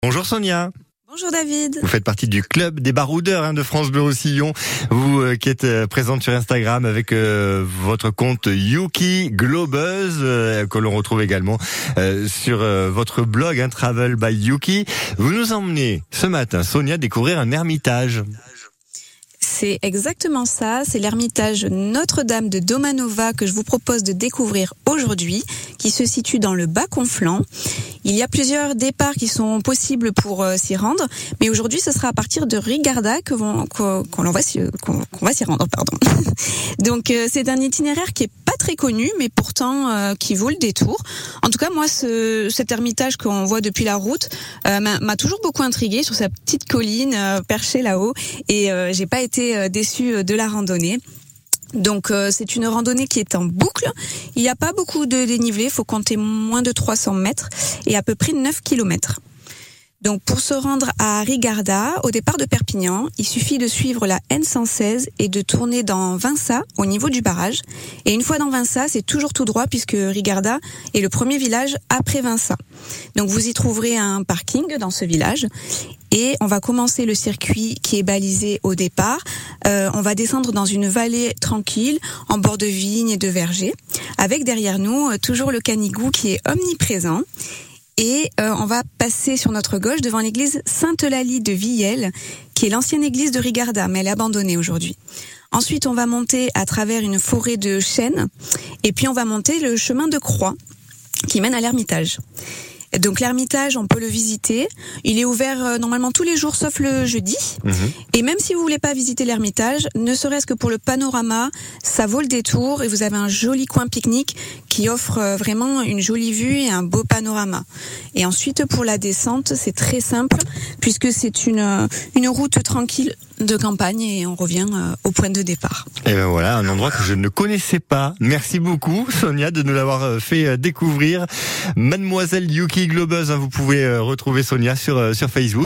Bonjour Sonia. Bonjour David. Vous faites partie du club des baroudeurs de France Bleu Roussillon. Vous qui êtes présente sur Instagram avec votre compte Yuki Globuzz que l'on retrouve également sur votre blog Travel by Yuki. Vous nous emmenez ce matin, Sonia, découvrir un ermitage. C'est exactement ça, c'est l'ermitage Notre-Dame de Domanova que je vous propose de découvrir aujourd'hui, qui se situe dans le Bas-Conflans. Il y a plusieurs départs qui sont possibles pour s'y rendre, mais aujourd'hui ce sera à partir de Rigarda qu'on va s'y rendre. Donc c'est un itinéraire qui est pas très connu, mais pourtant qui vaut le détour. En tout cas, moi, cet ermitage qu'on voit depuis la route m'a toujours beaucoup intriguée sur sa petite colline perchée là-haut, et j'ai pas été déçue de la randonnée. Donc c'est une randonnée qui est en boucle. Il n'y a pas beaucoup de dénivelé, il faut compter moins de 300 mètres et à peu près 9 kilomètres. Donc pour se rendre à Rigarda, au départ de Perpignan, il suffit de suivre la N116 et de tourner dans Vinça, au niveau du barrage. Et une fois dans Vinça, c'est toujours tout droit puisque Rigarda est le premier village après Vinça. Donc vous y trouverez un parking dans ce village. Et on va commencer le circuit qui est balisé au départ. On va descendre dans une vallée tranquille, en bord de vignes et de vergers, avec derrière nous toujours le Canigou qui est omniprésent. Et on va passer sur notre gauche devant l'église Sainte-Eulalie de Villèle, qui est l'ancienne église de Rigarda, mais elle est abandonnée aujourd'hui. Ensuite, on va monter à travers une forêt de chênes, et puis on va monter le chemin de croix qui mène à l'ermitage. Donc l'ermitage, on peut le visiter. Il est ouvert normalement tous les jours sauf le jeudi. Et même si vous voulez pas visiter l'ermitage, ne serait-ce que pour le panorama, ça vaut le détour et vous avez un joli coin pique-nique qui offre vraiment une jolie vue et un beau panorama. Et ensuite pour la descente, c'est très simple puisque c'est une route tranquille de campagne et on revient au point de départ. Et ben voilà, un endroit que je ne connaissais pas. Merci beaucoup Sonia de nous l'avoir fait découvrir. Mademoiselle Yuki Globuzz, vous pouvez retrouver Sonia sur Facebook.